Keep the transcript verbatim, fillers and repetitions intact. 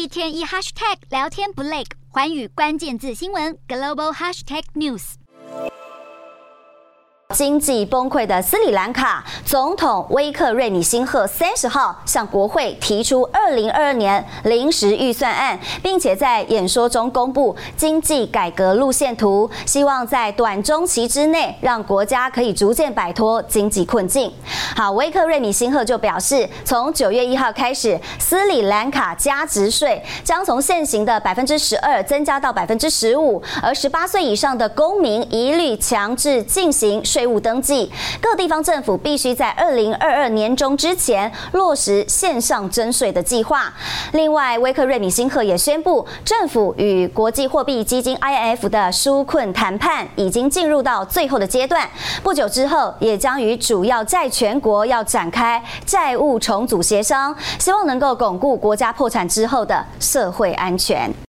一天一 hashtag 聊天不累，寰宇关键字新闻 global hashtag news。 经济崩溃的斯里兰卡总统威克瑞米辛赫三十号向国会提出二零二二年临时预算案，并且在演说中公布经济改革路线图，希望在短中期之内让国家可以逐渐摆脱经济困境。好，威克瑞米辛赫就表示，从九月一号开始，斯里兰卡加值税将从现行的百分之十二增加到百分之十五，而十八岁以上的公民一律强制进行税。税务登记，各地方政府必须在二零二二年中之前落实线上征税的计划。另外，威克瑞米辛赫也宣布，政府与国际货币基金 I M F 的纾困谈判已经进入到最后的阶段，不久之后也将与主要债权国要展开债务重组协商，希望能够巩固国家破产之后的社会安全。